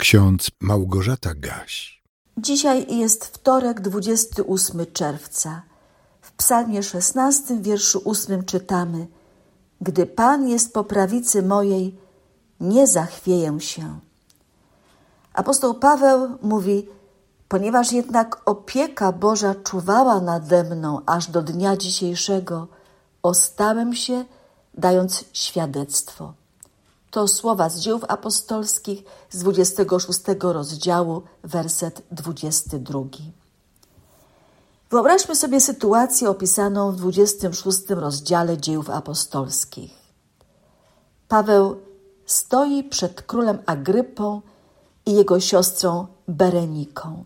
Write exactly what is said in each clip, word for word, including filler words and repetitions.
ksiądz Małgorzata Gaś. Dzisiaj jest wtorek, dwudziestego ósmego czerwca. W psalmie szesnastym, wierszu ósmym czytamy: Gdy Pan jest po prawicy mojej, nie zachwieję się. Apostoł Paweł mówi: ponieważ jednak opieka Boża czuwała nade mną aż do dnia dzisiejszego, ostałem się, dając świadectwo. To słowa z Dziejów Apostolskich z dwudziestego szóstego rozdziału, werset dwudziesty drugi. Wyobraźmy sobie sytuację opisaną w dwudziestym szóstym rozdziale Dziejów Apostolskich. Paweł stoi przed królem Agrypą i jego siostrą Bereniką.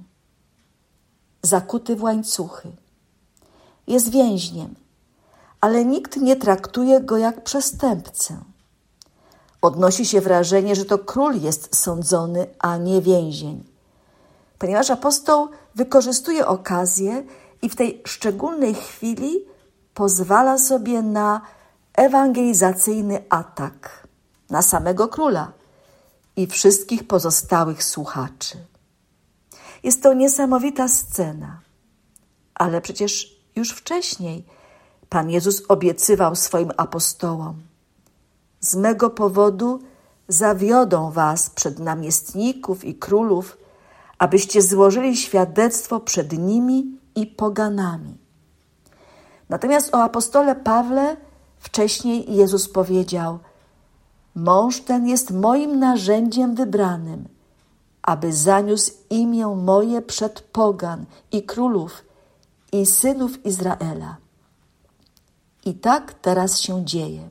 Zakuty w łańcuchy. Jest więźniem, ale nikt nie traktuje go jak przestępcę. Odnosi się wrażenie, że to król jest sądzony, a nie więzień. Ponieważ apostoł wykorzystuje okazję i w tej szczególnej chwili pozwala sobie na ewangelizacyjny atak na samego króla i wszystkich pozostałych słuchaczy. Jest to niesamowita scena, ale przecież już wcześniej Pan Jezus obiecywał swoim apostołom: z mego powodu zawiodą was przed namiestników i królów, abyście złożyli świadectwo przed nimi i poganami. Natomiast o apostole Pawle wcześniej Jezus powiedział: mąż ten jest moim narzędziem wybranym, aby zaniósł imię moje przed pogan i królów i synów Izraela. I tak teraz się dzieje.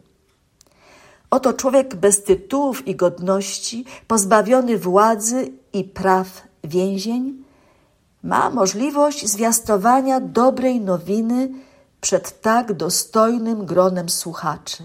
Oto człowiek bez tytułów i godności, pozbawiony władzy i praw więzień, ma możliwość zwiastowania dobrej nowiny przed tak dostojnym gronem słuchaczy.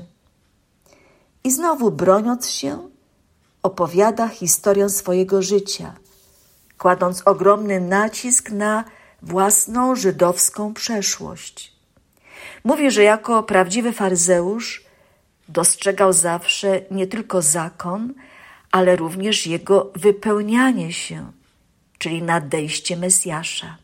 I znowu, broniąc się, opowiada historię swojego życia, kładąc ogromny nacisk na własną żydowską przeszłość. Mówi, że jako prawdziwy faryzeusz dostrzegał zawsze nie tylko zakon, ale również jego wypełnianie się, czyli nadejście Mesjasza.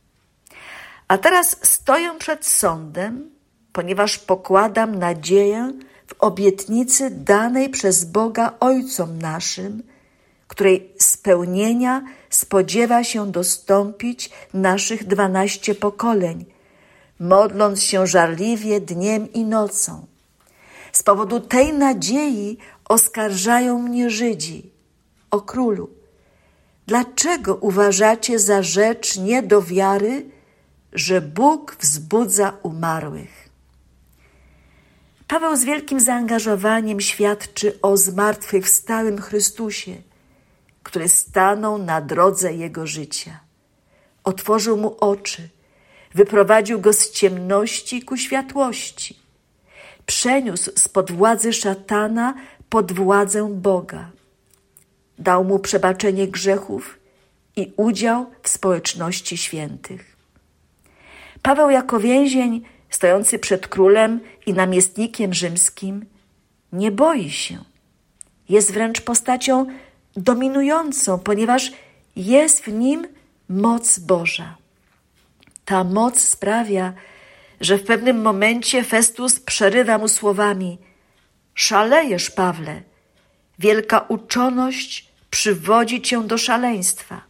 A teraz stoję przed sądem, ponieważ pokładam nadzieję w obietnicy danej przez Boga ojcom naszym, której spełnienia spodziewa się dostąpić naszych dwanaście pokoleń, modląc się żarliwie dniem i nocą. Z powodu tej nadziei oskarżają mnie Żydzi: o królu, dlaczego uważacie za rzecz nie do wiary, że Bóg wzbudza umarłych? Paweł z wielkim zaangażowaniem świadczy o zmartwychwstałym Chrystusie, który stanął na drodze jego życia. Otworzył mu oczy, wyprowadził go z ciemności ku światłości. Przeniósł spod władzy szatana pod władzę Boga. Dał mu przebaczenie grzechów i udział w społeczności świętych. Paweł jako więzień stojący przed królem i namiestnikiem rzymskim nie boi się. Jest wręcz postacią dominującą, ponieważ jest w nim moc Boża. Ta moc sprawia, że w pewnym momencie Festus przerywa mu słowami: szalejesz, Pawle, wielka uczoność przywodzi cię do szaleństwa.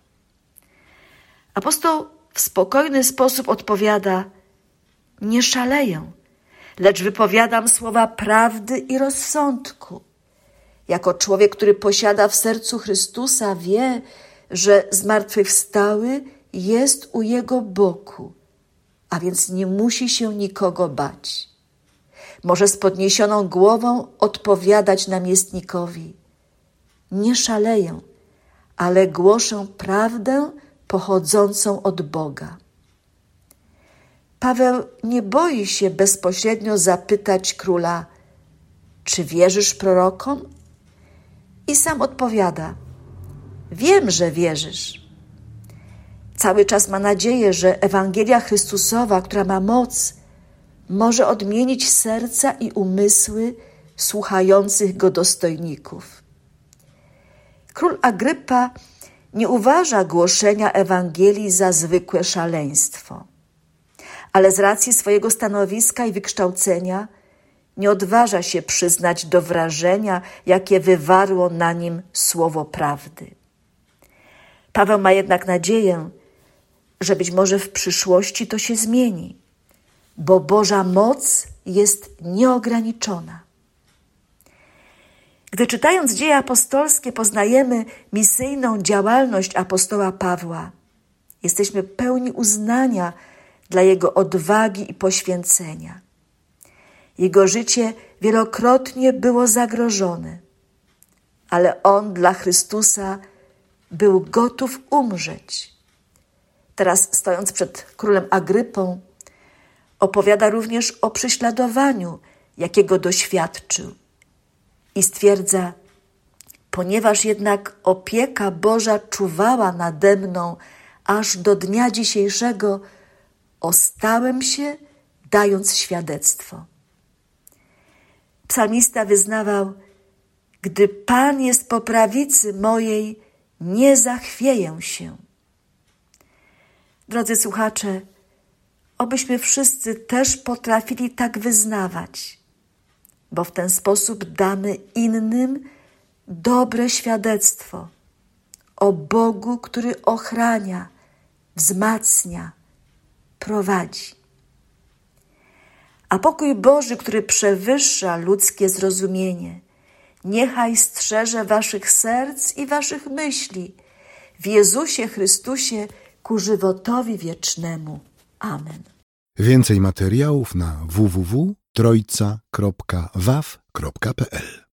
Apostoł w spokojny sposób odpowiada: nie szaleję, lecz wypowiadam słowa prawdy i rozsądku. Jako człowiek, który posiada w sercu Chrystusa, wie, że zmartwychwstały jest u jego boku, a więc nie musi się nikogo bać. Może z podniesioną głową odpowiadać namiestnikowi: nie szaleję, ale głoszę prawdę pochodzącą od Boga. Paweł nie boi się bezpośrednio zapytać króla: czy wierzysz prorokom? I sam odpowiada: wiem, że wierzysz. Cały czas ma nadzieję, że Ewangelia Chrystusowa, która ma moc, może odmienić serca i umysły słuchających go dostojników. Król Agrypa nie uważa głoszenia Ewangelii za zwykłe szaleństwo, ale z racji swojego stanowiska i wykształcenia nie odważa się przyznać do wrażenia, jakie wywarło na nim słowo prawdy. Paweł ma jednak nadzieję, że być może w przyszłości to się zmieni, bo Boża moc jest nieograniczona. Gdy czytając Dzieje apostolskie poznajemy misyjną działalność apostoła Pawła, jesteśmy pełni uznania dla jego odwagi i poświęcenia. Jego życie wielokrotnie było zagrożone, ale on dla Chrystusa był gotów umrzeć. Teraz, stojąc przed królem Agrypą, opowiada również o prześladowaniu, jakiego doświadczył i stwierdza: ponieważ jednak opieka Boża czuwała nade mną aż do dnia dzisiejszego, ostałem się, dając świadectwo. Psalmista wyznawał: gdy Pan jest po prawicy mojej, nie zachwieję się. Drodzy słuchacze, obyśmy wszyscy też potrafili tak wyznawać, bo w ten sposób damy innym dobre świadectwo o Bogu, który ochrania, wzmacnia, prowadzi. A pokój Boży, który przewyższa ludzkie zrozumienie, niechaj strzeże waszych serc i waszych myśli w Jezusie Chrystusie ku żywotowi wiecznemu. Amen. Więcej materiałów na w w w kropka trojca kropka w a w kropka p l